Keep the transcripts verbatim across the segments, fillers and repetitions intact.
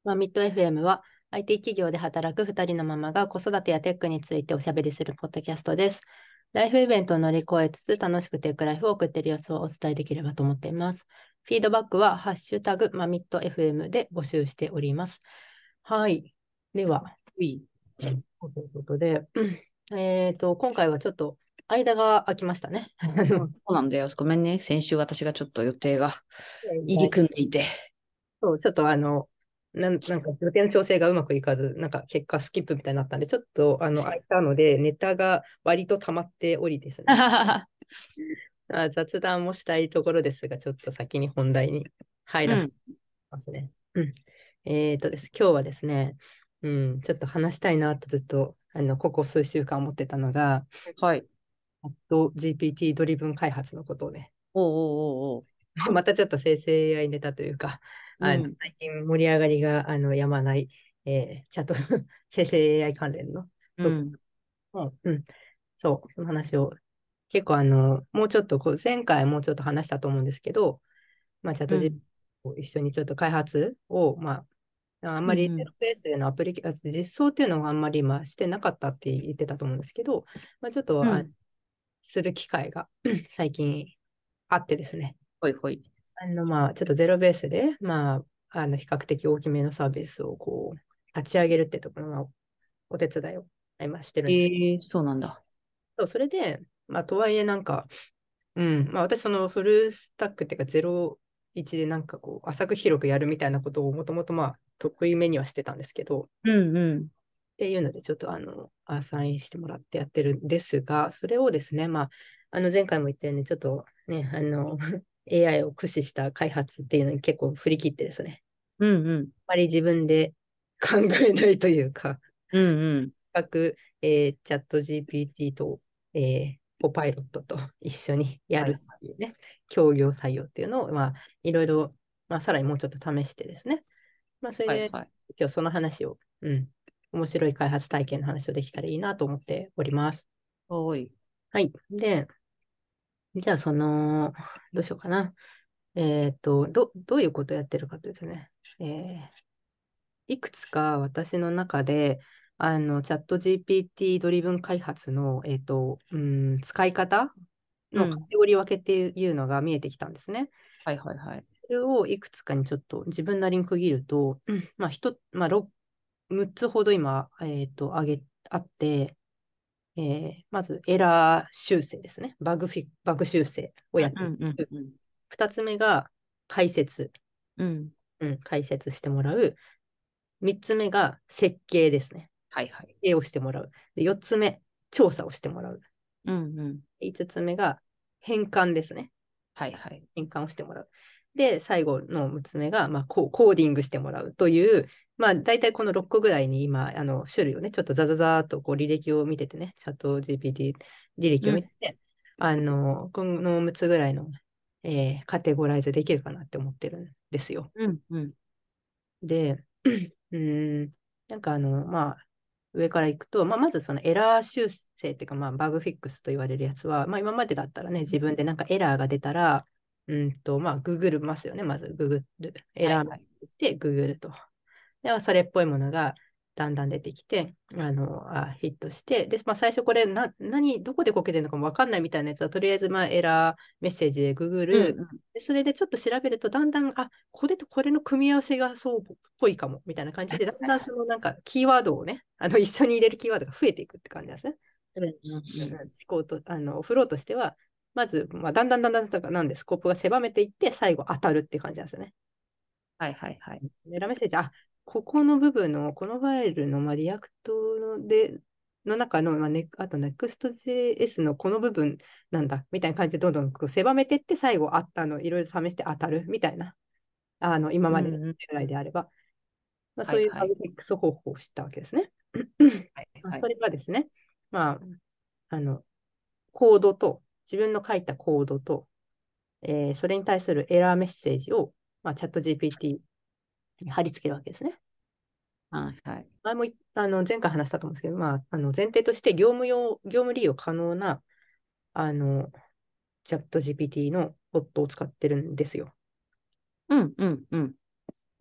まあ、ミッド エフエム は アイティー 企業で働くふたりのママが子育てやテックについておしゃべりするポッドキャストです。ライフイベントを乗り越えつつ楽しくテックライフを送っている様子をお伝えできればと思っています。フィードバックはハッシュタグマミッド エフエム で募集しております。はい。では、 いい。 ということで、えっと、今回はちょっと間が空きましたね。 そうなんだよ。ごめんね。先週私がちょっと予定が入り組んでいて。 そう、ちょっとあの、なん、なんか予定の調整がうまくいかず、なんか結果スキップみたいになったんで、ちょっとあの空いたので、ネタが割と溜まっておりですね。あ、雑談もしたいところですが、ちょっと先に本題に入らせうん。 ますね。うん。えっとです、今日はですね、うん、ちょっと話したいなとずっと、あの、ここ数週間思ってたのが、 はい。 チャット ジーピーティー ドリブン開発のことをね、 おうおうおうおう。 またちょっと生成 エーアイ ネタというか、あのうん。 最近盛り上がりがあのやまない、えー、チャット生成 エーアイ 関連のトピッうん。 クの、うん、そう、その話を結構あの、もうちょっとこう、前回もうちょっと話したと思うんですけど、まあ、チャットう g ん。 を一緒にちょっと開発を、まあ、あんまりゼうん。 ロベースでのアプリケーション、実装っていうのはあんまり今してなかったって言ってたと思うんですけど、まあ、ちょっとあうん。 する機会が最近あってですね。 ほいほい。 あの、まあ、ちょっとゼロベースで、まあ、あの、比較的大きめのサービスをこう、立ち上げるってところのお手伝いを今してるんです。 ええ、そうなんだ。 そう、それで、まあ、とはいえなんか、うん、まあ、私そのフルスタックっていうかゼロイチでなんかこう、浅く広くやるみたいなことをもともとまあ、得意めにはしてたんですけど、っうんうん。 ていうので、ちょっとあの、アサインしてもらってやってるんですが、それをですね、まあ、あの、前回も言ったように、ちょっとね、あの、エーアイ を駆使した開発っていうのに結構振り切ってですね、 うんうん。 まり自分で考えないというか、 うんうん。 各、えーチャット ジーピーティー と、えーコパイロットと一緒にやはい。 るっていうね、協業採用っていうのを、まあ、いろいろ、まあ、さらにもうちょっと試してですね、まあ、それで、 はいはい。 今日その話を、うん、面白い開発体験の話をできたらいいなと思っております。 おい。 はい。で、じゃあ、その、どうしようかな。えっと、ど、どういうことをやってるかというとね、えーいくつか私の中で、あの、チャット ジーピーティー ドリブン開発の、えっと、うん、使い方のカうん。 テゴリー分けっていうのが見えてきたんですね。 はいはいはい。 それをいくつかにちょっと自分なりに区切ると、うんまあ、一まあ、ろむっつほど今、えっと、あげ、あって、えーまずエラー修正ですね。バグフィ、バグ修正をやってうんうんる。 うん。 二つ目が解説、 うん。 うん、解説してもらう。三つ目が設計ですね。 はいはい。 設計をしてもらう。で、よっつめ、調査をしてもらう。 うんうん。 いつつめが変換ですね。 はいはい。 変換をしてもらう。で、最後のむつめが、まあ、ココーディングしてもらうという、まあ、大体このろっこぐらいに今、あの種類をね、ちょっとザザザーっとこう履歴を見ててね、チャット ジーピーティー 履歴をうん。 見てて、あの、このむつぐらいの、えーカテゴライズできるかなって思ってるんですよ。 うんうん。 で、うーん、なんかあの、まあ、上からいくと、まあ、まずそのエラー修正っていうか、まあ、バグフィックスと言われるやつは、まあ、今までだったらね、自分でなんかエラーが出たら、うんと、まあ、ググるますよね。まずググる。エラーはいはい。 でググると。で、それっぽいものがだんだん出てきて、あの、あ、ヒットして、で、まあ、最初これな、何、どこでこけてるのかもわかんないみたいなやつは、とりあえず、まあ、エラーメッセージでググる。 うんうん。 で、それでちょっと調べると、だんだん、あ、これとこれの組み合わせがそうっぽいかも、みたいな感じで、だんだんそはいはい。 のなんか、キーワードをね、あの、一緒に入れるキーワードが増えていくって感じですね。 うんうんうん。 うん思考と、あの、フローとしては、まず、まあ、だんだんだんだんだんなんで、スコープが狭めていって、最後当たるって感じなんですよね。 はいはいはい。 エラーメッセージ、あ、ここの部分の、このファイルの、まあ、リアクトので、の中の、まあね、あと Next.js のこの部分なんだ、みたいな感じでどんどんこう狭めていって、最後あったの、いろいろ試して当たるみたいな、あの、今までのうんうん。 ぐらいであれば、まあ、そういうはいはい。 バグフィックス方法を知ったわけですね。 はいはい。 まあそれはですね、まあ、あの、コードと、自分の書いたコードと、えーそれに対するエラーメッセージを、まあ、チャット ジーピーティー に貼り付けるわけですね。 はいはい。 前もあの前回話したと思うんですけど、まあ、あの前提として業務用、業務利用可能なあのチャット ジーピーティー のボットを使ってるんですよ。 うんうんうん。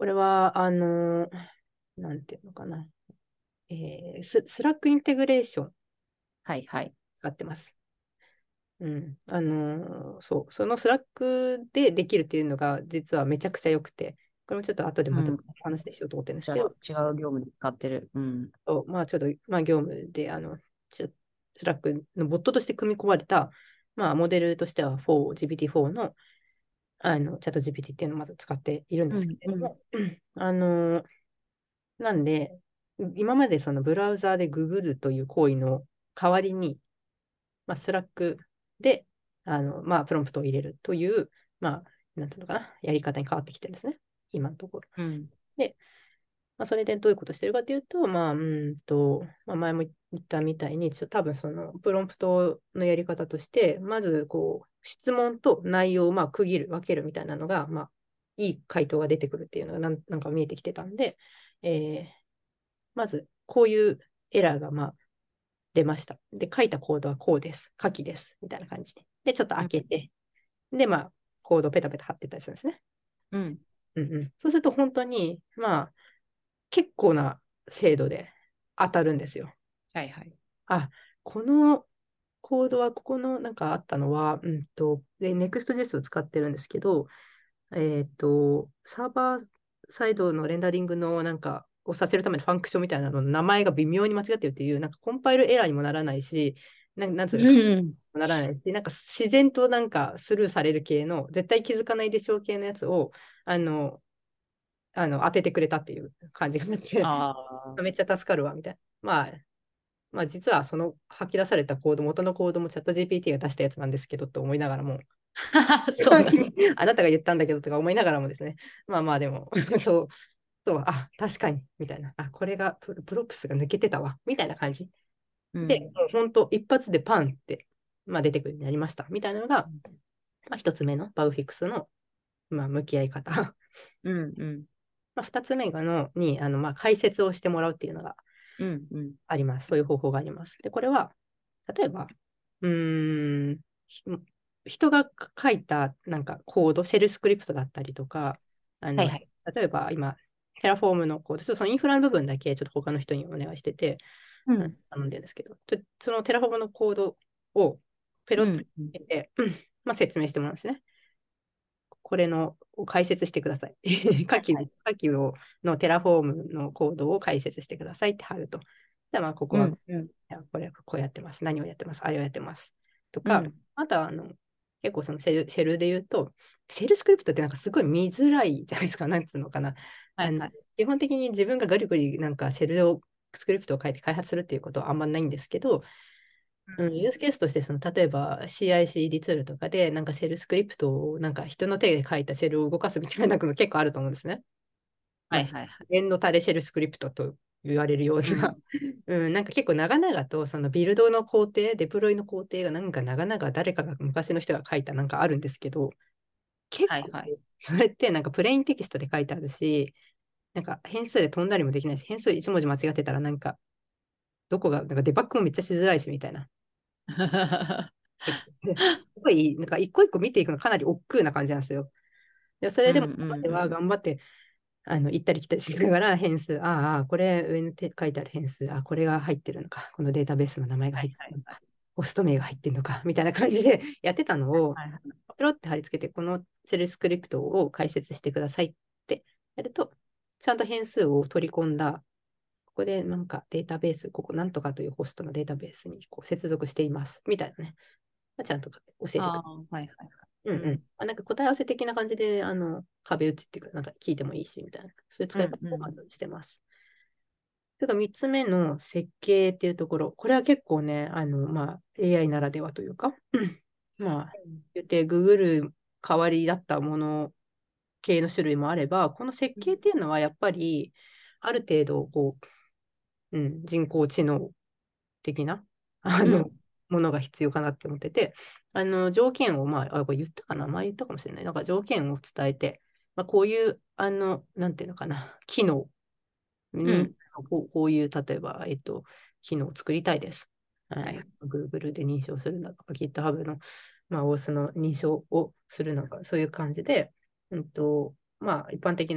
これは、あの、なんていうのかな。えース、スラックインテグレーションはいはい。 使ってます。うん。あのーそう、そのスラックでできるっていうのが実はめちゃくちゃ良くて、これもちょっと後でまたうん。 話でしようと思ってるんですじゃあ、 けど、 違う業務で使ってる。うん。 そうまあちょっと、まあ業務で、あの、ちょスラックのボットとして組み込まれた、まあモデルとしてはフォー、ジーピーティーフォー の、あの、チャット ジーピーティー っていうのをまず使っているんですけうんうん。 れども、あのーなんで、今までそのブラウザーでググるという行為の代わりに、まあ、スラックで、あの、まあ、プロンプトを入れるという、まあ、なんていうのかな、やり方に変わってきてるんですね。今のところ。 うん。 で、まあ、それでどういうことしてるかというと、まあ、うんと、まあ、前も言ったみたいに、ちょ多分そのプロンプトのやり方として、まず、こう、質問と内容をまあ区切る、分けるみたいなのが、まあ、いい回答が出てくるっていうのがなんなんか見えてきてたんで、えーまず、こういうエラーがまあ出ました。で、書いたコードはこうです。書きです。みたいな感じで。で、ちょっとうん。 開けて、で、まあ、コードをペタペタ貼ってったりするんですね。 うん。 うんうん。そうすると本当に、まあ、結構な精度で当たるんですよ。 はいはい。 あ、このコードはここのなんかあったのは、うんと、で、Next.js を使ってるんですけど、えっと、サーバーサイドのレンダリングのなんかをさせるためのファンクションみたいなのの名前が微妙に間違ってるっていう、なんかコンパイルエラーにもならないし、なん、なんつうか、 うん。 ならないし、なんか自然となんかスルーされる系の、絶対気づかないでしょう系のやつを、あの、あの当ててくれたっていう感じがあって、 ああ。 めっちゃ助かるわ、みたいな。まあ、まあ、実はその吐き出されたコード、元のコードもチャット ジーピーティー が出したやつなんですけどと思いながらも、 そうなんだ。 あなたが言ったんだけどとか思いながらもですね、まあまあでも、そう、そう、あ、確かに、みたいな、あ、これがプロ、プロプスが抜けてたわ、みたいな感じ。で、 うん。 もう本当、一発でパンって、まあ、出てくるようになりました、みたいなのが、まあ、一つ目のバグフィックスの、まあ、向き合い方。 うんうん。 まあ、二つ目がのに、あの、まあ、解説をしてもらうっていうのがうんうん。 あります。そういう方法があります。で、これは、例えば、うーん、ひ人が書いたなんかコード、シェルスクリプトだったりとか、あの、 はいはい。 例えば今、テラフォームのコード、ちょっとそのインフラの部分だけちょっと他の人にお願いしてて、あうん。 頼んでるんですけど、ちょそのテラフォームのコードをペロッとうんうん。 入れて、まあ、説明してもらうんですね。これのを解説してください。下記、 はいはい。 下記をのテラフォームのコードを解説してくださいって貼ると。で、まあ、ここは、いうんうん。 やこれ、こうやってます。何をやってます。あれをやってます。とか、 うん。 あとは、あの、結構そのシェル、シェルで言うと、シェルスクリプトってなんかすごい見づらいじゃないですか。なんつうのかな。あのはいはい。 基本的に自分がガリガリなんかシェルを、スクリプトを書いて開発するっていうことはあんまないんですけど、うん、ユースケースとしてその例えば シーアイシーディー ツールとかでなんかシェルスクリプトをなんか人の手で書いたシェルを動かすみたいなの結構あると思うんですね。まあ、 はいはいはい。 円のタレシェルスクリプトと言われるような、 うん。 うん、なんか結構長々とそのビルドの工程、デプロイの工程がなんか長々誰かが昔の人が書いたなんかあるんですけど、結構はいはい。 それってなんかプレインテキストで書いてあるし、なんか変数で飛んだりもできないし、変数いち文字間違ってたらなんかどこが、なんかデバッグもめっちゃしづらいしみたいな。すごい、なんか一個一個見ていくのかなり億劫な感じなんですよ。でそうんうれでも、でん。 は頑張って、あの、行ったり来たりしながら変数、ああ、これ上に書いてある変数、あ、これが入ってるのか、このデータベースの名前がはい入ってるのか、 はいはい。 ホスト名が入ってるのか、みたいな感じでやってたのを、 はいはい。 ペロって貼り付けて、このセルスクリプトを解説してくださいってやると、ちゃんと変数を取り込んだ、ここでなんかデータベース、ここなんとかというホストのデータベースにこう接続しています、みたいなね。ちゃんと教えてくれる。 ああ、はいはいはい。 うんうん。 うん。 まあ、なんか答え合わせ的な感じで、あの、壁打ちっていうか、なんか聞いてもいいし、みたいな。そういうう使い方んうん。 をまずしてます。それからみっつめの設計っていうところ。これは結構ね、あの、まあ、エーアイ ならではというか、まあ、言って、ググる代わりだったもの系の種類もあれば、この設計っていうのはやっぱり、ある程度、こう、うん、人工知能的な、あの、 うん。 ものが必要かなって思ってて、あの、条件を、まあ、あ、これ言ったかな前言ったかもしれない。なんか条件を伝えて、まあ、こういう、あの、なんていうのかな、機能に、 うん。 こう、こういう、例えば、えっと、機能を作りたいです。あの、 はいはい。 Google で認証するのとか、GitHub の、まあ、オースの認証をするのか、そういう感じで、うんと、まあ、一般的なね、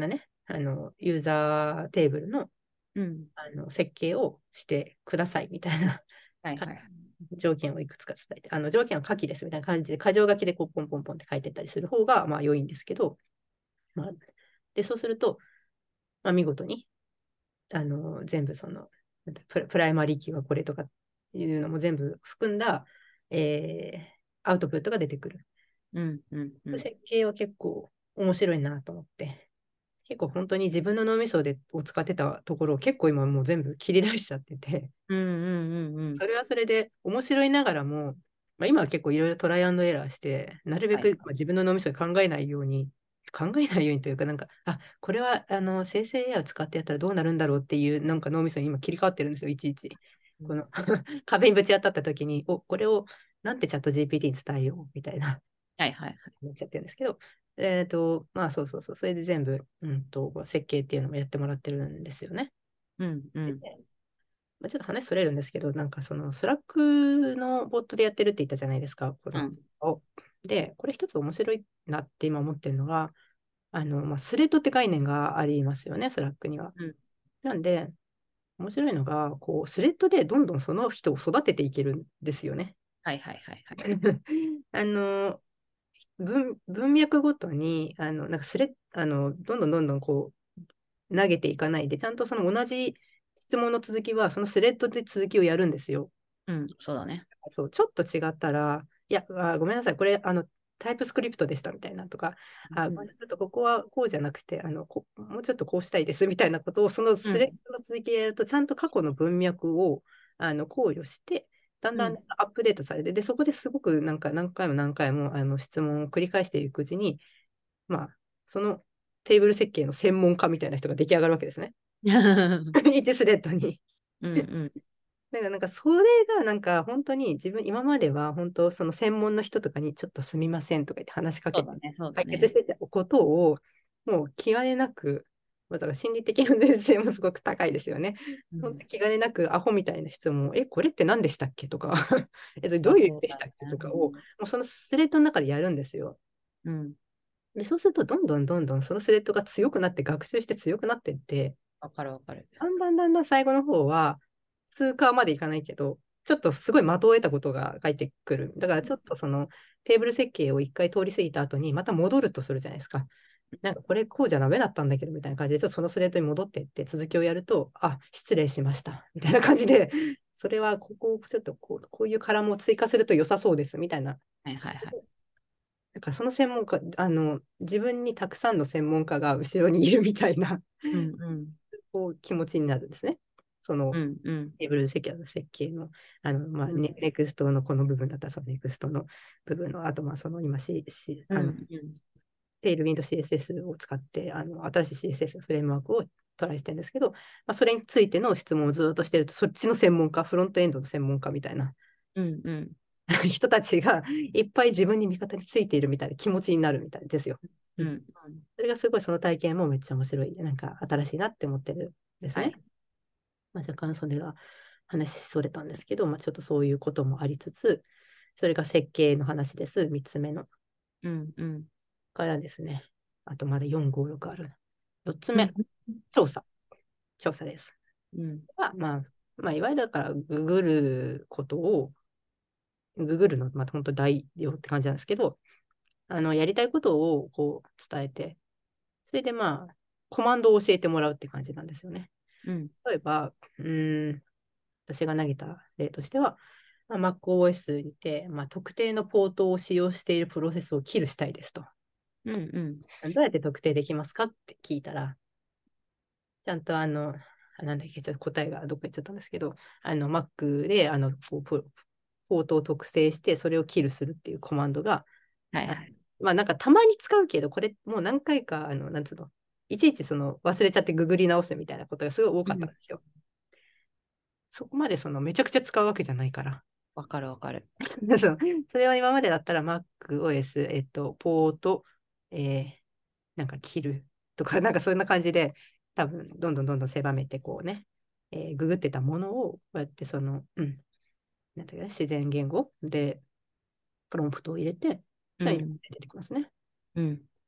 あのユーザーテーブルの、 うん。 あの設計をしてくださいみたいなはいはいはい。 条件をいくつか伝えて、あの条件は書きですみたいな感じで、箇条書きでこうポンポンポンって書いてったりする方がまあ良いんですけど、まあ、でそうすると、まあ、見事にあの全部そのプラプライマリーキーはこれとかいうのも全部含んだ、えーアウトプットが出てくる。 うんうんうん。 設計は結構面白いなと思って、結構本当に自分の脳みそでを使ってたところを結構今もう全部切り出しちゃってて、 うんうんうんうん。 それはそれで面白いながらも、まあ、今は結構いろいろトライアンドエラーして、なるべはい。 くまあ自分の脳みそで考えないように、考えないようにというか、なんか、あ、これはあの生成 エーアイ を使ってやったらどうなるんだろうっていう、なんか脳みそに今切り替わってるんですよ、いちいち。 うん。 この壁にぶち当たった時に、お、これをなんてチャット ジーピーティー に伝えようみたいな、 はいはいはい。 なっちゃってるんですけど、えっと、まあそうそうそう、それで全部、うんと、設計っていうのもやってもらってるんですよね。 うんうでん。 まあ、ちょっと話それるんですけど、なんかそのスラックのボットでやってるって言ったじゃないですか、この。 うん。 おで、これ一つ面白いなって今思ってるのが、あの、まあ、スレッドって概念がありますよね、スラックには。 うん。 なんで、面白いのが、こう、スレッドでどんどんその人を育てていけるんですよね。 はいはいはいはい。 あの、文、文脈ごとに、あの、なんかスレあの、どんどんどんどんこう、投げていかないで、ちゃんとその同じ質問の続きは、そのスレッドで続きをやるんですよ。 うん、そうだね。 そう、ちょっと違ったら、いや、あ、ごめんなさい、これ、あの、タイプスクリプトでしたみたいなとか、あ、 うん。 ごめんなさいちょっとここはこうじゃなくて、あの、こもうちょっとこうしたいですみたいなことを、そのうん。 スレッドの続きでやると、ちゃんと過去の文脈をあの考慮して、だんだんうん。 アップデートされて、で、そこですごくなんか何回も何回もあの質問を繰り返していくうちに、まあ、そのテーブル設計の専門家みたいな人が出来上がるわけですね。いちスレッドに。 うんうん。 だからなんかそれがなんか本当に自分今までは本当その専門の人とかにちょっとすみませんとか言って話しかけてそうだね、そうだ解決しね。 てたことをもう気兼ねなく、だから心理的な伝性もすごく高いですよね。 うん。 本当気兼ねなくアホみたいな質問を、え、これって何でしたっけとかえっと、どういう意味あ、そうだでしたっけとね。 かを、もうそのスレッドの中でやるんですよ。 うん。 で、そうするとどんどんどんどんそのスレッドが強くなって学習して強くなっていって、 わかるわかる。 だんだんだんだん最後の方は、通過までいかないけど、ちょっとすごい的を得たことが返ってくる。だからちょっとそのテーブル設計を一回通り過ぎた後にまた戻るとするじゃないですか。なんかこれこうじゃダメだったんだけどみたいな感じで、ちょっとそのスレッドに戻っていって続きをやると、あ、失礼しました。みたいな感じで、それはここをちょっとこうこういうカラムを追加すると良さそうですみたいな。 はいはいはい。 なんかその専門家、あの、自分にたくさんの専門家が後ろにいるみたいなうんうん。 こう気持ちになるんですね。そのうんうん。 テーブル設計の設計の、あの、まあ、 うん。 ネ、ネクストのこの部分だったら、そのネクストの部分の、あと、まあ、その今、C、C、 うんあの、 うん。 テールウィンド シーエスエス を使って、あの、新しい シーエスエス のフレームワークをトライしてるんですけど、まあ、それについての質問をずっとしてると、そっちの専門家、フロントエンドの専門家みたいなうんうん。 人たちがいっぱい自分に味方についているみたいな気持ちになるみたいですよ。うん、 うん。 それがすごいその体験もめっちゃ面白い、なんか新しいなって思ってるんですね。 はい。 まあ、若干それが話しそれたんですけど、まあ、ちょっとそういうこともありつつ、それが設計の話です、みっつめの。 うんうん。 からですね、あとまだよん、ご、ろくある。よっつ目、 うん調査。調査です。 うん。 まあ、まあ、まあ、いわゆるだから、ググることを、ググるの、まあ、本当代用って感じなんですけど、あの、やりたいことをこう伝えて、それでまあ、コマンドを教えてもらうって感じなんですよね。 うん。 例えば、うーん、私が投げた例としては、まあ、MacOS にて、まあ、特定のポートを使用しているプロセスをキルしたいですと。 うんうん。 どうやって特定できますかって聞いたら、ちゃんとあの、なんだっけ、ちょっと答えがどっか行っちゃったんですけど、あの Mac であのポポポートを特定して、それをキルするっていうコマンドが、あはいはい。 まあなんかたまに使うけど、これもう何回か、あの、なんつうの、いちいちその忘れちゃってググり直すみたいなことがすごい多うん。 かったんですよ。そこまでそのめちゃくちゃ使うわけじゃないから。 わかるわかる。 そうそれは今までだったら MacOS、えっと、ポート、えーなんか切るとか、なんかそんな感じで、多分どんどんどんどん狭めてこうね、えーググってたものを、こうやってその、うん、なんていうか自然言語でプロンプトを入れて、出うん。 てきますね。 うん。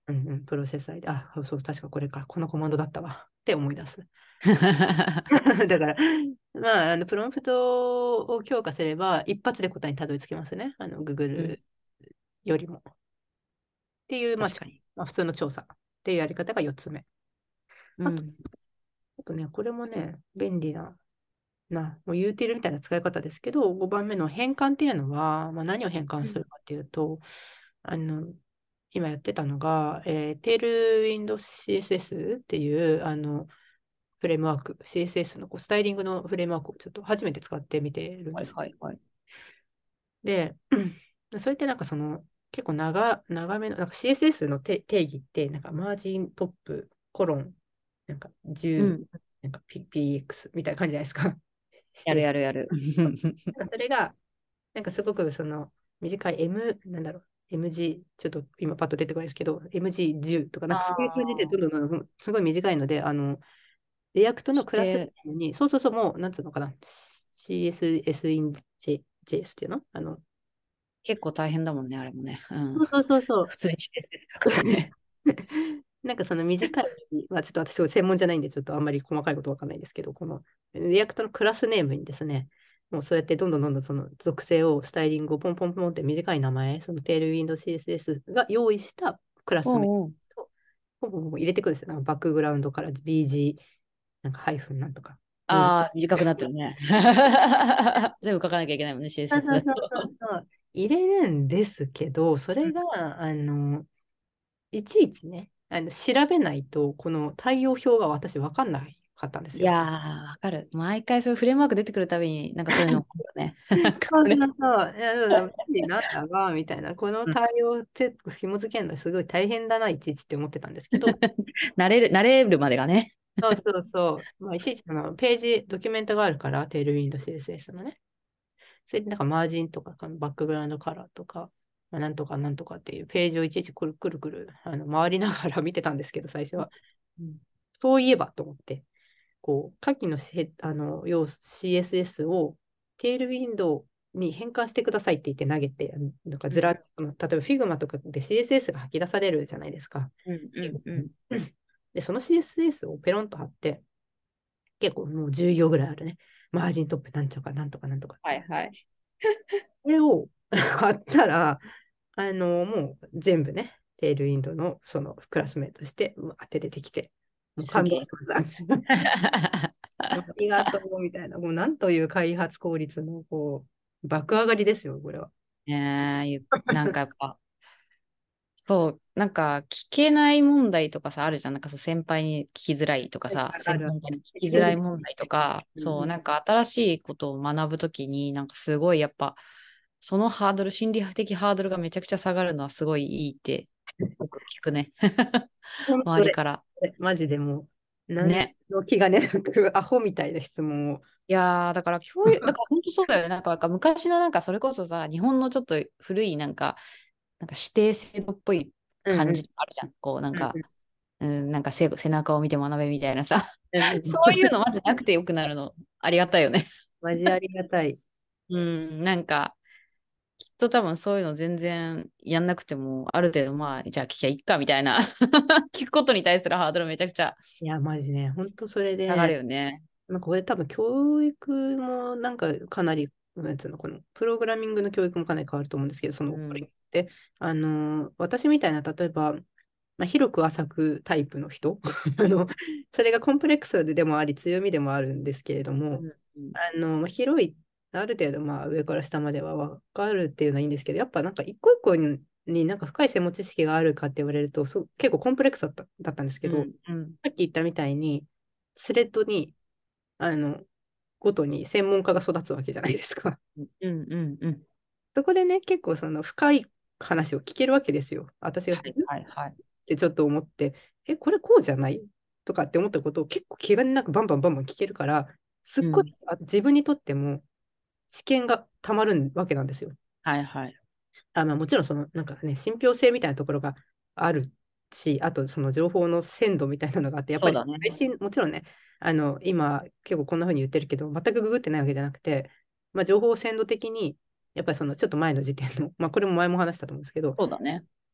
うんうん、プロセッサーで、あ、そう、確かこれか、このコマンドだったわって思い出す。だから、まあ、あのプロンプトを強化すれば、一発で答えにたどり着けますね。あのうん、 Google よりも。っていう、まあ、 確かに。 まあ、普通の調査っていうやり方がよっつめ。あと、 うん。 あとね、これもね、便利な、な、もう言うてるみたいな使い方ですけど、ごばんめの変換っていうのは、まあ、何を変換うん。 するかっていうと、あの、今やってたのが、えー、テールウィンド シーエスエス っていう、あの、フレームワーク、シーエスエス のこうスタイリングのフレームワークをちょっと初めて使ってみてるんはいです。 はいはい。 で、それってなんかその、結構長、長めの、なんか シーエスエス の定定義って、なんかマージントップ、コロン、なんかじゅう、 うん。 なんか ピーエックス みたいな感じじゃないですか。指やる定すやるやる。 る。なんかそれが、なんかすごくその短い M、なんだろう、エムジー、ちょっと今パッと出てこないですけど、エムジーじゅう とか、なんかそういう感じでああ、 どんどんどんどんすごい短いので、あの、リアクトのクラスして、 に、そうそうそう、もう、なんつうのかな、シーエスエス in J- ジェイエス っていうのあの、 結構大変だもんね、あれもね。うん。 そうそうそうそう。 普通にして書くとね。 なんかその短い、まあちょっと私専門じゃないんで、ちょっとあんまり細かいことわかんないんですけど、このリアクトのクラスネームにですね、もうそうやってどんどんどんどんその属性を、スタイリングをポンポンポンって短い名前、そのテールウィンド シーエスエス が用意したクラス名うんうん。 をポンポンポン入れてくるんですよ。なんかバックグラウンドから ビージー、なんかハイフンなんとかに。 ああ、短くなってるね。全部書かなきゃいけないもんね、 そうシーエスエスそうそうだと。 そうそう。入れるんですけど、それが、あの、いちいちね、あの調べないと、この対応表が私分かんないかったんですよ。 いやー、わかる。毎回そういうフレームワーク出てくるたびに、なんかそういうの来るよね。なんかそうこれ。 そうそう。いや、そうだ、便利なんだが、みたいな。このうん。 対応って紐付けるのすごい大変だな、いちいちって思ってたんですけど、 慣れる、慣れるまでがね。 そうそうそう。まあ、いちいちそのページ、ドキュメントがあるから、テールウィンド シーエスエス のね。それでなんかマージンとか、バックグラウンドカラーとか、まあ、なんとかなんとかっていうページをいちいちくるくるくるあの回りながら見てたんですけど、最初は。 うん。 そういえばと思って、こう、下記のしあの要 シーエスエス をテールウィンドウに変換してくださいって言って投げて、なんかうん。 ずらっと、例えば Figma とかで シーエスエス が吐き出されるじゃないですか。 うんうんうん。 で、その シーエスエス をペロンと貼って、結構もうじゅう行ぐらいあるね。マージントップなんとかなんとかなんとかっていう。 はいはい。 これを貼ったら、あの、もう全部ね、テールウィンドウのそのクラスメイトして、うわって出てきて、もう感動しすげえ。 ました。ありがとうみたいな、もうなんという開発効率のこう爆上がりですよ、これは。 ねえ、ゆなんかやっぱ、そう、なんか聞けない問題とかさ、あるじゃん。なんかそう先輩に聞きづらいとかさ、 あるある。 専門家に聞きづらい問題とか、そう、 うんうん、 なんか新しいことを学ぶときに、なんかすごいやっぱ、そのハードル、心理的ハードルがめちゃくちゃ下がるのはすごいいいってよく聞くね。 本当で、 周りから。 マジでもう、何ね。 の気がねなく、アホみたいな質問を。 いやー、だから教育、だから本当そうだよね。なんか、なんか昔のなんかそれこそさ、日本のちょっと古いなんか、なんか指定制度っぽいうんうん感じあるじゃん。こうなんか、 うんうん、なんか背、背中を見て学べみたいなさ。 うんうそういうん。 のまずなくてよくなるの。ありがたいよね。 マジありがたい。 うん、なんか、きっと多分そういうの全然やんなくても、ある程度まあ、じゃあ聞きゃいいかみたいな。聞くことに対するハードルめちゃくちゃいや、マジね、本当それ下がるで、 よね。 なんかこれ多分教育もなんかかなり、なんつうの、このプログラミングの教育もかなり変わると思うんですけど、その、これうん。 って、あの、私みたいな、例えば、まあ、広く浅くタイプの人あの、それがコンプレックスでもあり、強みでもあるんですけれども、 うん。うん。 あの、まあ、広い、ある程度、まあ、上から下までは分かるっていうのはいいんですけど、やっぱなんか一個一個に、になんか深い専門知識があるかって言われると、そう結構コンプレックスだった、だったんですけど、 うん。うん。 さっき言ったみたいに、スレッドに、あの、ごとに専門家が育つわけじゃないですか。 うん。うん。うん。 そこでね、結構その深い話を聞けるわけですよ。私が、 はいんっはいはい。 てちょっと思って、え、これこうじゃないとかって思ったことを結構気兼ねなくバンバンバンバン聞けるから、すっごいうん。 あ自分にとっても知見がたまるわけなんですよ。 はいはい。 あ、まあ、もちろんそのなんかね、信憑性みたいなところがあるし、あとその情報の鮮度みたいなのがあって、やっぱりそうだね。 配信、もちろんね、あの今結構こんな風に言ってるけど、全くググってないわけじゃなくて、まあ、情報を鮮度的に、やっぱりそのちょっと前の時点の、まあ、これも前も話したと思うんですけど、 そうだね。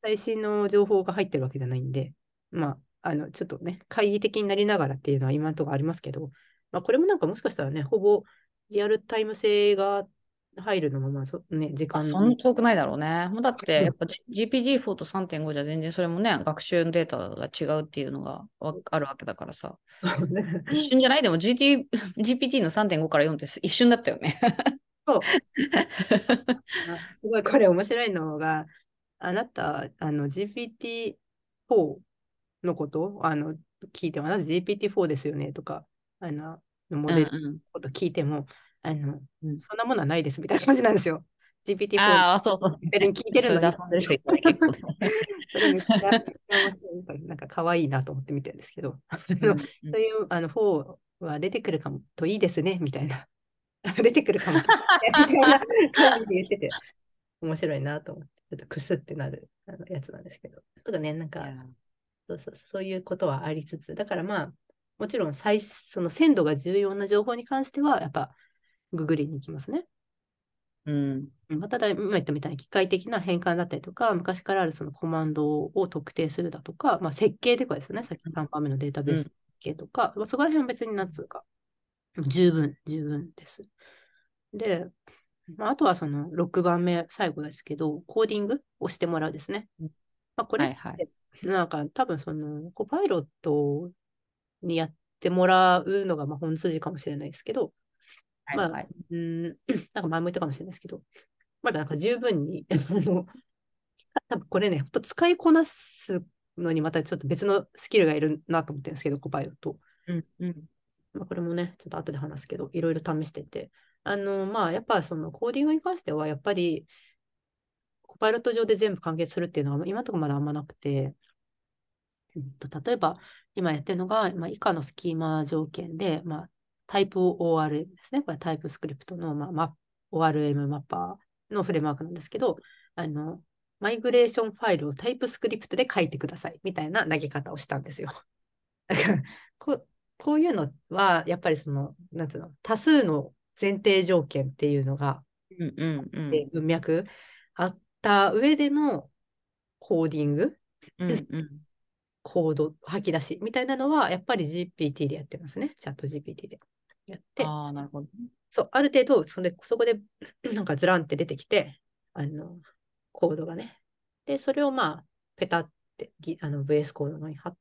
最新の情報が入ってるわけじゃないんで、まあ、あの、ちょっとね、懐疑的になりながらっていうのは今のところありますけど、まあ、これもなんかもしかしたらね、ほぼリアルタイム性が入るのも、まあ、そね、時あ、 間、 そんな遠くないだろうね。もうだって、 そうやっぱ ジーピーティーフォー とさんてんごじゃ全然それもね、学習データが違うっていうのがわあるわけだからさ。一瞬じゃないでも ジーティー、ジーピーティー のさんてんごからよんって一瞬だったよね。 そうあすごいこれ面白いのが、あなた、あの ジーピーティーフォー のことあの聞いても、あなた ジーピーティーフォー ですよねとか、あのモデルうんのこと聞いても、あの、 うん。うん、 そんなものはないですみたいな感じなんですよ。ジーピーティーフォー のああ、そうそうモデルに聞いてるそれのに、 で遊んでる人いたね、結構ね。 それめっちゃ、めっちゃ面白い。なんか可愛いなと思って見てるんですけど、そのうんうん、 そういうあのフォーは出てくるかもといいですねみたいな。出てくるかもといいですねみたいな感じで言ってて、面白いなと思って、ちょっとクスってなるあのやつなんですけど。ただね、なんか、 いや、 そうそう、そういうことはありつつ、だからまあ、もちろん最、その鮮度が重要な情報に関しては、やっぱ、ググりに行きますね。 うん。 まあ、ただ、今言ったみたいに機械的な変換だったりとか、昔からあるそのコマンドを特定するだとか、まあ、設計とかですね、さっきさんばんめのデータベース設うん。 計とか、まあ、そこら辺は別になんつうか、十分、十分です。で、まあ、あとはそのろくばんめ、最後ですけど、コーディングをしてもらうですね。まあ、これっはいはい。 て、なんか多分その、コパイロットにやってもらうのがまあ本筋かもしれないですけど、まあ、 はいはい。 うん、なんか前も言ったかもしれないですけど、まだなんか十分に、その、多分これね、ほんと使いこなすのにまたちょっと別のスキルがいるなと思ってるんですけど、コパイロット。 うんうん。 まあ、これもね、ちょっと後で話すけど、いろいろ試してて、あの、まあ、やっぱそのコーディングに関しては、やっぱり、コパイロット上で全部完結するっていうのは、今のところまだあんまなくて、うんと例えば、今やってるのが、まあ、以下のスキーマ条件で、まあ、タイプ オーアールエム ですね。これタイプスクリプトの、まあ、マ オーアールエム マッパーのフレームワークなんですけど、あの、マイグレーションファイルをタイプスクリプトで書いてくださいみたいな投げ方をしたんですよ。だからこう、こういうのは、やっぱりその、なんつうの、多数の前提条件っていうのが、 うんうんうん。 え文脈あった上でのコーディング、 うんうん。 コード吐き出しみたいなのは、やっぱり ジーピーティー でやってますね。チャット ジーピーティー でやって、 ああ、なるほど。 そう、ある程度、それそこでなんかずらんって出てきて、あの、コードがね。で、それをまあ、ペタってぎあの ブイエス コードのに貼って、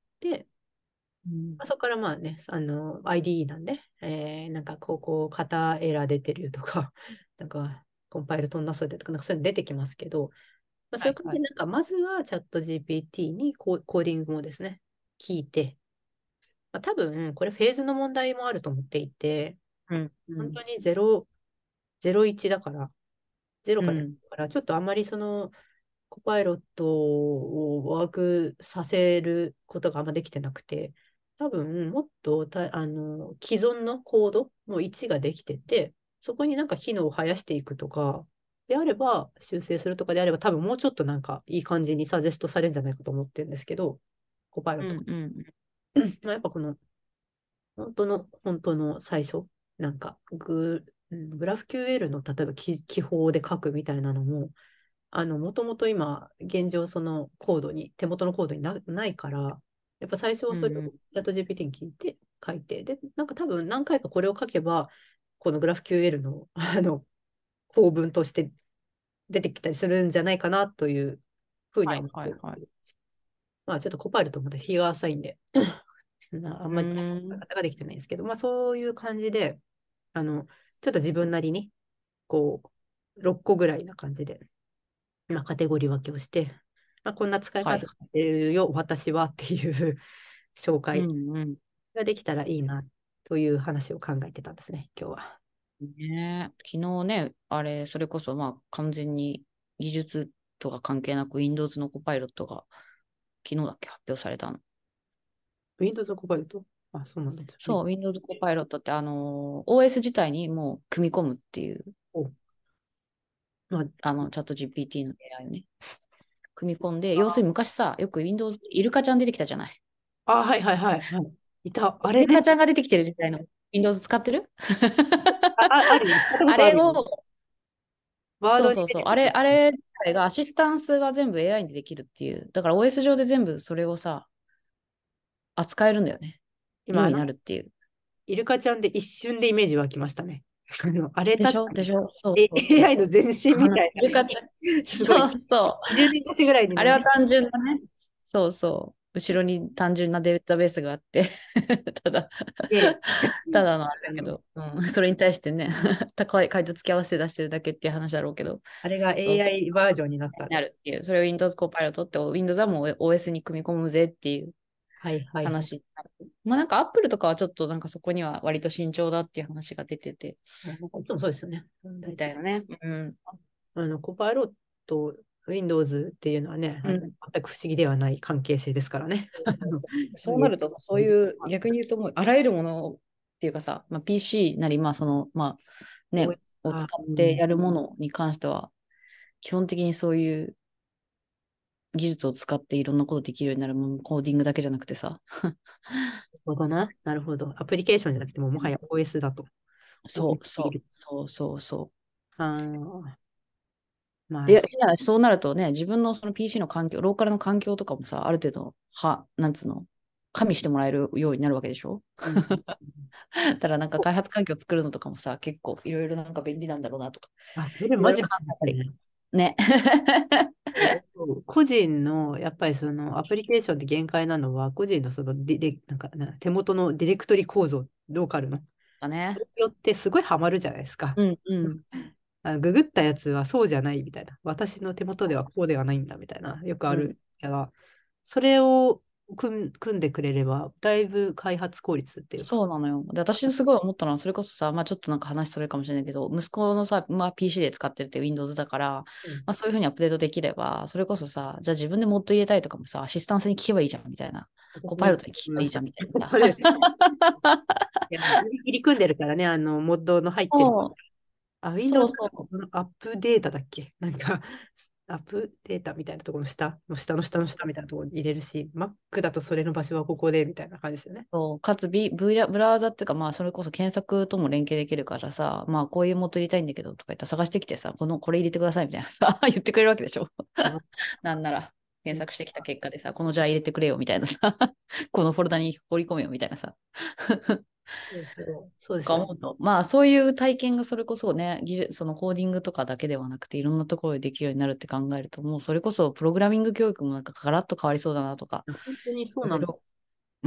うん、 まあ、そこからまあね、あの、アイディー なんで、えー、なんかここ、型エラー出てるとか、なんか、コンパイル飛んだそうでとか、なんかそういうの出てきますけど、まあ、そういう感じで、 はいはい。 なんか、まずはチャット ジーピーティー にコーコーディングもですね、聞いて、まあ、多分、これフェーズの問題もあると思っていて、 うんうん。 本当にゼロ、ゼロイチだから、ゼロからやるうん。 から、ちょっとあんまりその、コパイロットをワークさせることがあんまできてなくて、多分、もっとたあの既存のコードのいちができてて、そこになんか機能を生やしていくとか、であれば、修正するとかであれば、多分もうちょっとなんかいい感じにサジェストされるんじゃないかと思ってるんですけど、コパイロット。 うんうんまあ、やっぱこの本当の、本当の最初、なんかグ、グラフ キューエル の例えば記記法で書くみたいなのも、あの、もともと今、現状そのコードに、手元のコードになないから、やっぱ最初はそれをうんうん。 チャット ジーピーティー に聞いて書いて、で、なんか多分何回かこれを書けば、このグラフ キューエル の、あの、構文として出てきたりするんじゃないかなというふうにはいは思ってはいはい。 るんですけど、まあちょっとコパイルとまた日が浅いんで、なあんうまりーん。 方ができてないんですけど、まあそういう感じで、あの、ちょっと自分なりに、こう、ろっこぐらいな感じで、まあ、カテゴリー分けをして、まあ、こんな使い方しはいはてるよ、私はっていう紹い。う介んうん。 ができたらいいなという話を考えてたんですね、今日は。 ねえ、昨日ね、あれ、それこそまあ完全に技術とか関係なく Windows のコパイロットが昨日だっけ発表されたの。 Windows コパイロットあ、そうなんですね。 そう、Windows コパイロットってあの オーエス 自体にもう組み込むっていうお、まあ、 あのチャット ジーピーティー の エーアイ をね、組み込んで、要するに昔さ、よく Windows イルカちゃん出てきたじゃない。 あ、はいはいはい、はい。いた。あイルカれね。 ちゃんが出てきてる時代の Windows 使ってる？ あ、ああるよ。使ったこあとあるよ。 れをワードにそうそうそう。あれ、 出てくる。 あれ自体がアシスタンスが全部 エーアイ にできるっていう。だから オーエス 上で全部それをさ、扱えるんだよね。 今、 ようにあの、 なるっていう。 イルカちゃんで一瞬でイメージ湧きましたね。あの、あれでし確かにょでしょそうそうそエーアイう。 の前身みたいイルカちゃん。 な、すごい、 そうそう。 じゅうねん越しぐらいにのね、 あれは単純なね。そうそう。後ろに単純なデータベースがあってただ、 で、 ただのあれあの、 だけど、うん、それに対してね、高い回答付き合わせて出してるだけっていう話だろうけど、 あれがそうそう。 エーアイ バージョンになったら。 なるっていう。それを Windows Copilot って Windows はもう オーエス に組み込むぜっていうはいはいはい。 話になる。まあなんか Apple とかはちょっとなんかそこには割と慎重だっていう話が出てて、 なんかいつもそうですよね。大体。 みたいなね。うん。 あの、コパイロット、Windows っていうのはね、あの、 うん。 全く不思議ではない関係性ですからね。あの、 そうなると、そういう逆に言うともうあらゆるものっていうかさ、まあ、ピーシー なり、まあその、まあね、を使あ、 っうん、 てやるものに関しては、基本的にそういう技術を使っていろんなことできるようになるもん、コーディングだけじゃなくてさ。 なるほどな。なるほど。アプリケーションじゃなくても、もはや オーエス だと思っそうそう、 ている。 そうそうそあー、まう。 あ、 いや、いそやそうなるとね、自分のその ピーシー の環境、ローカルの環境とかもさ、ある程度、は、なんつうの、加味してもらえるようになるわけでしょ。 う。うん。 だからなんか開発環境を作るのとかもさ、結構いろいろなんか便利なんだろうなとか、 あ、それいろいろ考マジでえたり。 ね。 ね。 そう個人の、やっぱりそのアプリケーションで限界なのは、個人のそのディレ、なんかな手元のディレクトリ構造、ローカルの。 だね。 それによってすごいハマるじゃないですか。 うんうん。 あのググったやつはそうじゃないみたいな。私の手元ではこうではないんだみたいな。よくあうん、 るから、それを組ん、組んでくれれば、だいぶ開発効率っていうか。 そうなのよ。で、私すごい思ったのは、それこそさ、まあちょっとなんか話それるかもしれないけど、息子のさ、まあ ピーシー で使ってるって Windows だから、 うん。 まあそういうふうにアップデートできれば、それこそさ、じゃあ自分でモッド入れたいとかもさ、アシスタンスに聞けばいいじゃんみたいな。コ私もパイロットに聞け思いました。 ばいいじゃんみたいな。 これ、いや、入り組んでるからね、あの、モッドの入ってる。 そうあ、 そ Windows うそう。 のアップデータだっけなんか、アップデータみたいなところの下の下の下の下みたいなところに入れるし、Mac だとそれの場所はここでみたいな感じですよね。 そうかつビ、ブラ、ブラウザっていうか、まあ、それこそ検索とも連携できるからさ、まあ、こういうモッド入れたいんだけどとか言ったら探してきてさ、この、これ入れてくださいみたいなさ、言ってくれるわけでしょ。 あ、 なんなら、検索してきた結果でさ、このじゃあ入れてくれよみたいなさ、このフォルダに放り込めよみたいなさ、 そうそう、そうでとすよね。 か思うと、まあ、そういう体験がそれこそね、技術、そのコーディングとかだけではなくて、いろんなところでできるようになるって考えると、もうそれこそプログラミング教育もなんかガラッと変わりそうだなとか、 本当にそうなの。 いろいろ、うん、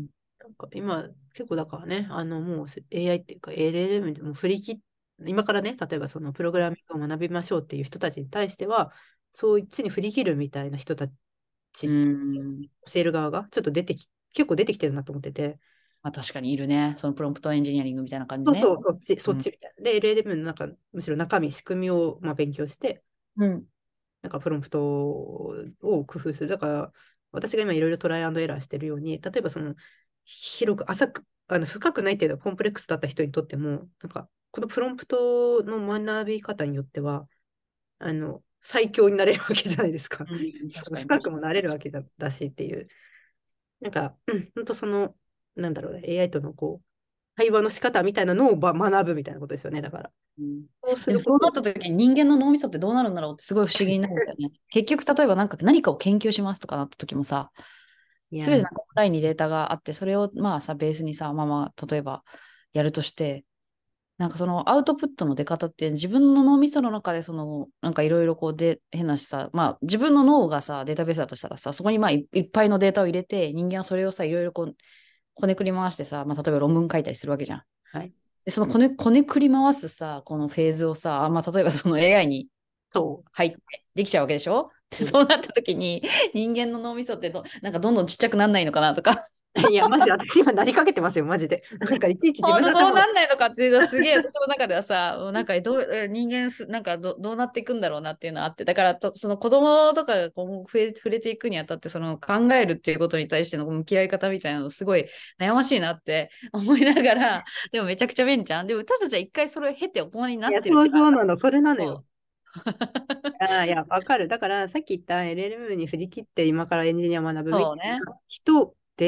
なんか今、結構だからね、あの、もう エーアイ っていうか エルエルエム でも振り切っ、今からね、例えばそのプログラミングを学びましょうっていう人たちに対しては、そういっちに振り切るみたいな人たうち、 ん、 教える側がちょっと出てき、結構出てきてるなと思ってて、 まあ確かにいるね。そのプロンプトエンジニアリングみたいな感じね。 そうそう、そっち、そうん。 っちみたいな。で、エルエルエム の中、むしろ中身、仕組みをまあ勉強して、 うん。 なんかプロンプトを工夫する。だから、私が今いろいろトライアンドエラーしてるように、例えばその、広く、浅く、あの深くないっていうのはコンプレックスだった人にとっても、なんか、このプロンプトの学び方によっては、あの、最強になれるわけじゃないですか。 うん、 その確かに深くもなれ確かに。 るわけだ、だしっていう。なんか、うん、本当その、なんだろうね、エーアイ とのこう、会話の仕方みたいなのをば学ぶみたいなことですよね、だから。 うん、 そうすでもそうなること、 った時に人間の脳みそってどうなるんだろうってすごい不思議になるんだよね。結局、例えばなんか何かを研究しますとかなった時もさ、 いや、 すべてなんかオンラインにデータがあって、それをまあさ、ベースにさ、まあまあ、例えばやるとして、なんかそのアウトプットの出方って自分の脳みその中でそのなんかいろいろこうで変なしさ、まあ自分の脳がさデータベースだとしたらさ、そこにまあい、いっぱいのデータを入れて人間はそれをさいろいろこうこねくり回してさ、まあ、例えば論文書いたりするわけじゃん。 はい。 でそのこね、こねくり回すさ、このフェーズをさ、まあ、例えばその エーアイ にそ入ってできちゃうわけでしょ。でう。 そうなった時に人間の脳みそってどなんかどんどんちっちゃくなんないのかなとかいや、マジで私今なりかけてますよ、マジで。なんかいちいち自本当分の頭を、 どうなんないのかっていうのはすげえ私の中ではさ、もうなんかどうえ人間すなんかど、どうなっていくんだろうなっていうのはあって、だからとその子供とかがこう触れ、触れていくにあたってその考えるっていうことに対しての向き合い方みたいなのすごい悩ましいなって思いながら、でもめちゃくちゃ便利じゃん。でも私たちは一回それを経て大人にないや、 ってるそうから、 そうなの、それなのよ。 そう。 あーいや、わかる。だから、さっき言った エルエルエム に振り切って今からエンジニアを学ぶみたいそうね。 な人って、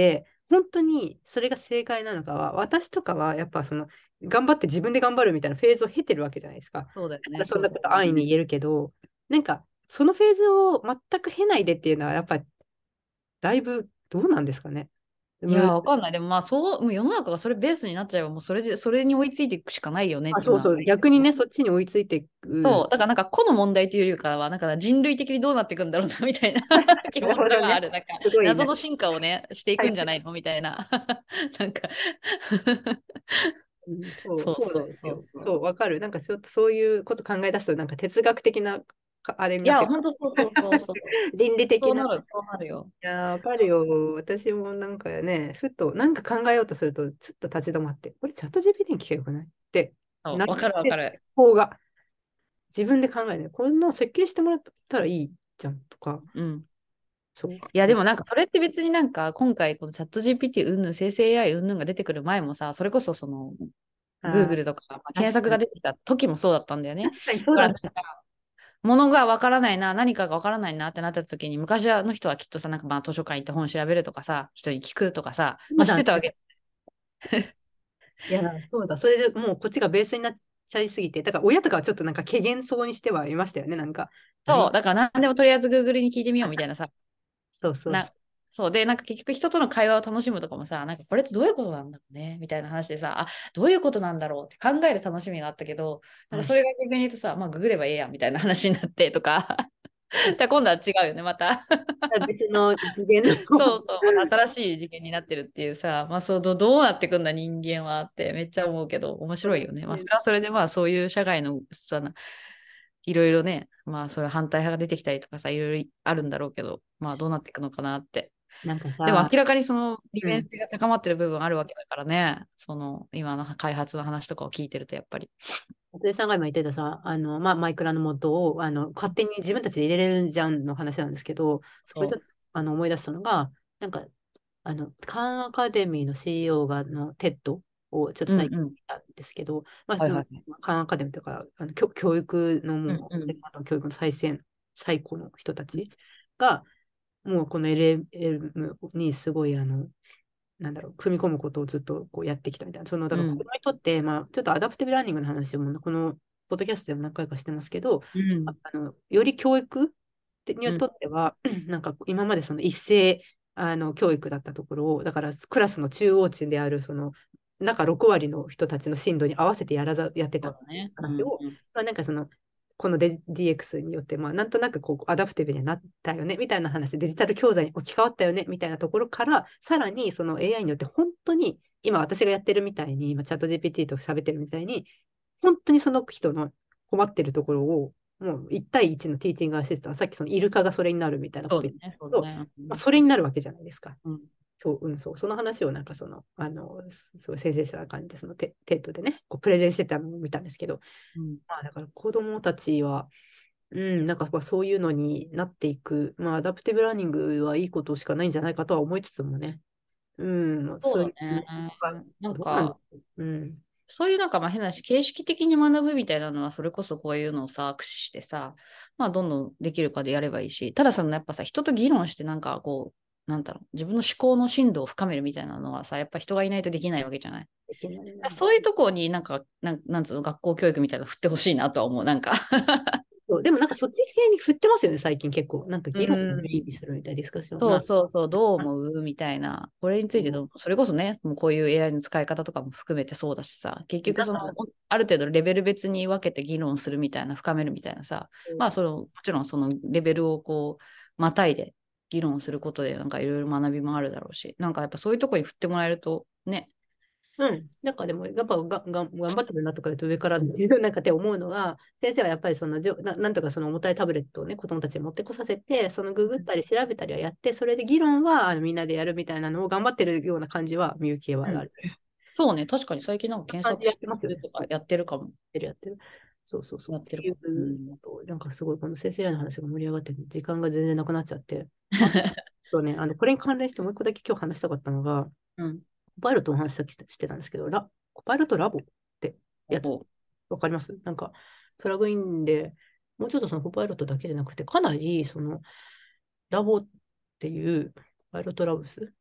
本当にそれが正解なのかは、私とかはやっぱその、頑張って自分で頑張るみたいなフェーズを経てるわけじゃないですか。だかそうだよね、 らそんなそうだよね。 こと安易に言えるけど、なんか、そのフェーズを全く経ないでっていうのは、やっぱりだいぶどうなんですかね。むいや、わかんない。でもまあ、そう、もう世の中がそれベースになっちゃえば、もうそれで、それに追いついていくしかないよねっあ、 ていうのは。 そうそう、逆にね、そっちに追いついていく。 そう、だからなんか個の問題というよりかは、なんか人類的にどうなっていくんだろうなみたいな気なる持ちほどね。 はある。なんかすごいね。 謎の進化をね、していはい。 くんじゃないのみたいな。なんかうん、そう、そうなんそうそうですよ。 そうそう。 そう、わかる。なんかちょっとそういうこと考え出すと、なんか哲学的なかあれにいや、 なってる。 本当そうそうそうそう。 倫理的な。いそうなる、そうなるよ。 やー、わかるよ。私もなんかね、ふと、なんか考えようとすると、ちょっと立ち止まって、これチャット ジーピーティー に聞けばよくないって、 そう、わかなってるわかる。 方が、自分で考えない。こんな設計してもらったらいいじゃんとか、 うん。 そう。 いや、でもなんかそれって別になんか今回このチャット ジーピーティー うんぬん生成 エーアイ うんぬんが出てくる前もさ、それこそそのあ Google とか、まあ検確かに。 索が出てきた時もそうだったんだよね。 確かにそうだね。 だから物がわからないな、何かがわからないなってなった時に、昔の人はきっとさ、なんかまあ図書館行って本調べるとかさ、人に聞くとかさ、まあしそうだね。 てたわけ。 いや、そうだ。それでもうこっちがベースになっちゃいすぎて、だから親とかはちょっとなんか軽減そうにしてはいましたよね。なんか、 そう、 何だから何でもとりあえず Google に聞いてみようみたいなさ、 そうそうそな、そうで、なんか結局人との会話を楽しむとかもさ、なんかこれってどういうことなんだろうねみたいな話でさ、あ、どういうことなんだろうって考える楽しみがあったけど、 う。 なんか確それが逆に言うとさ、まあググればええやんみたいな話になってとか、だから今度は違うよね、また。 かに別の次元の。 そうそう、また新しい次元になってるっていうさ、まあそうどどうなってくんだ人間はってめっちゃ思うけど、面白いよね。まあそれはそれでまあそういう社会のさ、いろいろね、まあそれ反対派が出てきたりとかさ、いろいろあるんだろうけど、まあどうなっていくのかなって。 なんかさ、 でも明らかにその利うん。 便性が高まってる部分あるわけだからね、その今の開発の話とかを聞いてるとやっぱり。 松井さんが今言ってたさ、あの、まあ、マイクラのモッドを、あの、勝手に自分たちで入れれるじゃんの話なんですけど、そこでちょっと、 そあの、思い出したのが、なんか、あの、カンアカデミーの シーイーオー が、あの、テッドをちょっとう。うん最近うん。 見たんですけど、まあ、そのはいはい。 カンアカデミーとか、あの、教教育のもう、 うんうん。 あの教育の最先、最古の人たちが、もうこの エルエルエム にすごい、あの、なんだろう、組み込むことをずっとこうやってきたみたいな。その、だから子供うん。 にとって、まあ、ちょっとアダプティブラーニングの話をもうこのポッドキャストでも何回かしてますけど、あうん。 あの、より教育にうん。 とっては、なんか今までその一斉あの教育だったところを、だからクラスの中央値である、その、中ろく割の人たちの進度に合わせてやらざやってたっていうそうだね。う話を、 んうん。 まあ、なんかその、このデ ディーエックス によって、まあ、なんとなくこうアダプティブになったよねみたいな話、デジタル教材に置き換わったよねみたいなところから、さらにその エーアイ によって本当に、今私がやってるみたいに、今チャット ジーピーティー と喋ってるみたいに、本当にその人の困ってるところを、もういち対いちのティーチングアシスタント、さっきそのイルカがそれになるみたいなこと言ったそうだね。そうけど、 だね。うまあ、 ん。 それになるわけじゃないですか。 うん。 今日、うん、そう、その話をなんかその、あの、すごい先生したな感じで、そのテ、テッドでね、こうプレゼンしてたのを見たんですけど、 うん。 まあだから子供たちは、うん、なんかまあそういうのになっていく、まあアダプティブラーニングはいいことしかないんじゃないかとは思いつつもね、うん、まあそういう、 そうだね。 あなんどうなんだか、 ろう。うん、 そういうなんかまあ変なし、形式的に学ぶみたいなのは、それこそこういうのをさ、駆使してさ、まあどんどんできるかでやればいいし、ただそのやっぱさ、人と議論してなんかこう、なんだろう、自分の思考の深度を深めるみたいなのはさ、やっぱ人がいないとできないわけじゃない。 できないな。 そういうところになんか、なんなんつうの、学校教育みたいなの振ってほしいなとは思う。なんかそうでもなんかそっち系に振ってますよね、最近結構。なんかう議論をメインん。 にするみたいなディスカッション。まそうあ、 そうそう、どうあ思うみたいな。これについてそどう、それこそね、もうこういう エーアイ の使い方とかも含めてそうだしさ、結う。 局その、 なんか、 ある程度レベル別に分けて議論するみたいな、深めるみたいなさ、まあその、もちろんそのレベルをこう、またいで議論することで、なんかいろいろ学びもあるだろうし、なんかやっぱそういうところに振ってもらえると、ね、 うん。なんかでも、やっぱがが頑張ってるなとか言うと上からっていうなんかって思うのが、先生はやっぱりそのじょな、なんとかその重たいタブレットをね、子供たちに持ってこさせて、そのググったり調べたりはやって、それで議論はあのみんなでやるみたいなのを頑張ってるような感じは見受けはうん、 ある。 そうね、確かに最近なんか検感じやっ索してますよね。 てとかやってるかも。 てるやってる。そうそうそう。っていやってるかも。ううん。 こと、なんかすごいこの生成 エーアイ の話が盛り上がって、時間が全然なくなっちゃって。あとね、あの、これに関連してもう一個だけ今日話したかったのが、 うん。 コパイロットの話さっきしてたんですけど、ラ、コパイロットラボってやつ、 ほぼ。 わかりますなんか、プラグインで、もうちょっとそのコパイロットだけじゃなくて、かなり、その、ラボっていう、コパイロットラボス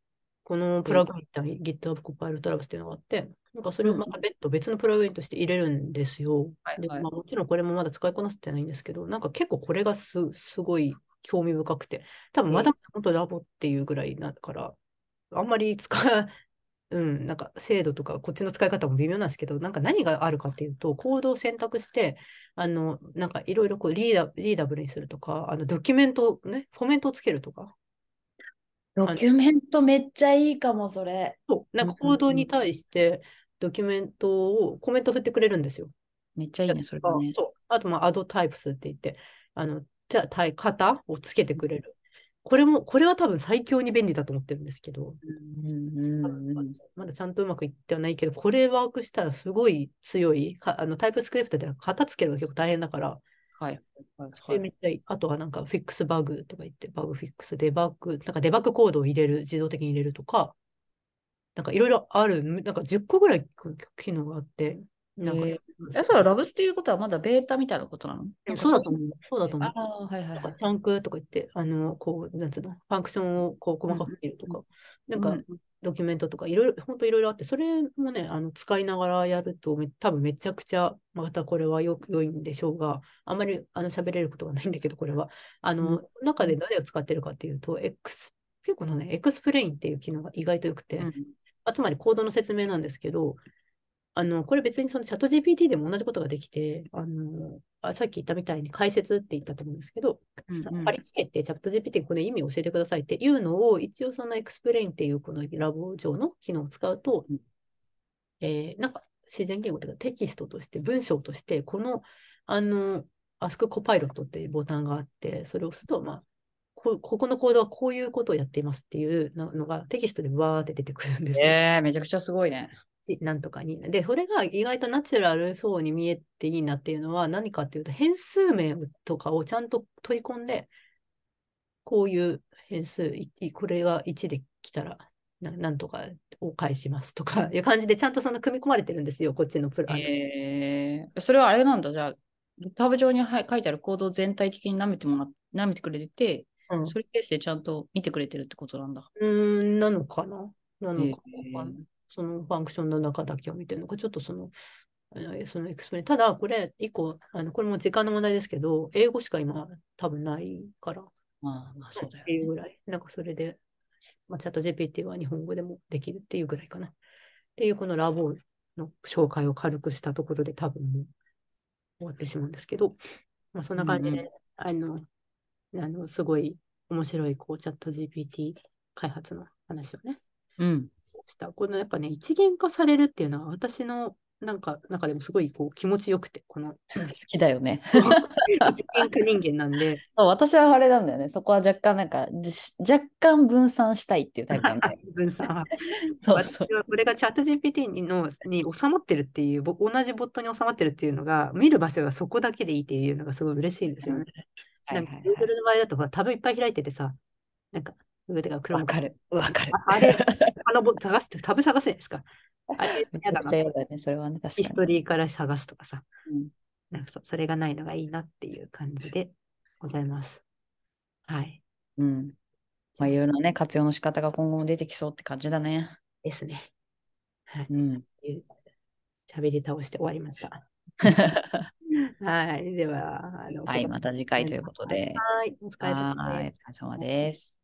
このプえラグインって GitHub Copilot Labs っていうのがあって、なんかそれうん。 をまた別途別のプラグインとして入れるんですよ。で、 はいはい。 まあ、もちろんこれもまだ使いこなせてないんですけど、なんか結構これがす、すごい興味深くて、多分まだえ本当ラボっていうぐらいだから、あんまり使う、うん、なんか精度とかこっちの使い方も微妙なんですけど、なんか何があるかっていうと、コードを選択して、あの、なんかいろいろこうリーダ、リーダブルにするとか、あのドキュメントをね、コメントをつけるとか、 ドあのキュメントめっちゃいいかも、それ。 そうなんうんかコードうん。 に対してドキュメントを、コメントを振ってくれるんですよ。やめっちゃいいね、それはね。 あそう。あと、まあ、アドタイプスって言って、あの、じゃあ、タイ型をつけてくれる。これも、これは多分最強に便利だと思ってるんですけど、 うんうんうんまだちゃんとうまくいってはないけど、これワークしたらすごい強い。かあのタイプスクリプトでは型つけるのが結構大変だから、 はいはいそはい。 れめっちゃいい。あとはなんかフィックスバグとか言って、バグフィックス、デバッグ、なんかデバッグコードを入れる、自動的に入れるとか、なんかいろいろある、なんかじゅっこぐらい機能があって、なんか、 えー、え、それはラブスっていうことはまだベータみたいなことなの？ でもなんかそういう。 そうだと思う。そうだと思う。 ああ、はいはいはい。 なんかチャンクとか言って、あの、こう、なんつうの、ファンクションをこううん細かく切るとか、なんか、 うんドキュメントとか、いろいろ、本当いろいろあって、それもね、あの、使いながらやるとめ、多分めちゃくちゃ、またこれはよく良いんでしょうが、あんまり、あの、喋れることがないんだけど、これは。あうんの、中で誰を使ってるかっていうと、X、結構のね、エクスプレインっていう機能が意外と良くて、 うんあつまりコードの説明なんですけど、あの、これ別にそのチャット ジーピーティー でも同じことができて、あの、あさっき言ったみたいに解説って言ったと思うんですけど、 うんうん貼り付けてチャット ジーピーティー にこれ意味を教えてくださいっていうのを、一応そのエクスプレインっていうこのラボ上の機能を使うと、 うんえーなんか自然言語というかテキストとして、文章として、この、あの、Ask Copilot っていうボタンがあって、それを押すと、まあ、こここのコードはこういうことをやっていますっていうのがテキストでわーって出てくるんですよ。 えー、めちゃくちゃすごいね。 ちなんとかに。で、それが意外とナチュラルそうに見えていいなっていうのは何かっていうと、変数名とかをちゃんと取り込んで、こういう変数、いこれがいちで来たら、ななんとかを返しますとかいう感じで、ちゃんとその組み込まれてるんですよ、こっちのプラン。 えー、それはあれなんだ。じゃあ、GitHub 上にはい書いてあるコードを全体的に舐めてもらっ、舐めてくれてて、 うん。 それに対してちゃんと見てくれてるってことなんだ。 うーん、なのかななのえかわかんない。 ー、 そのファンクションの中だけを見てるのか、ちょっとその、あのそのエクスプレイン。ただ、これ、一個、あの、これも時間の問題ですけど、英語しか今多分ないから、 まあまあ、 うんっそうだよね。 ていうぐらい。なんかそれで、まあ、チャット ジーピーティー は日本語でもできるっていうぐらいかな。っていうこのラボの紹介を軽くしたところで多分もう終わってしまうんですけど、まあ、そんうんうん。 な感じで、あの、あのすごい面白いこうチャット ジーピーティー 開発の話をね、 うん。 した。このやっぱね、一元化されるっていうのは私のなんか中でもすごいこう気持ちよくて、この好きだよね。 一元化人間なんで、 そう、私はあれなんだよね。そこは若干なんか、じ若干分散したいっていうタイプなんで。 分散は。 そうそう。 私はこれがチャット ジーピーティー のに収まってるっていう、ぼ同じボットに収まってるっていうのが、見る場所がそこだけでいいっていうのがすごい嬉しいんですうん、 よね。 はいなんかはいはい。 Google の場合だとほらタブいっぱい開いててさ、なんか、Google とかわ Chrome とか、 かる。わかる。 ああれ、あのボ探して、タブ探すじゃないですか。あれ、 めちゃくち嫌だな。 ゃ嫌だね。それはね、確ヒスかに。 トリーから探すとかさ、 うん。 なんかそ、それがないのがいいなっていう感じでございます。はい。 うん。まあ、 じゃあ、 いろいろなね、活用の仕方が今後も出てきそうって感じだね。 ですね。はい。 うん。 いう喋り倒して終わりました。はい。では、あの、 はい、 ここまた次回ということで。 はい。お疲れ様はーい、 です。 お疲れ様です。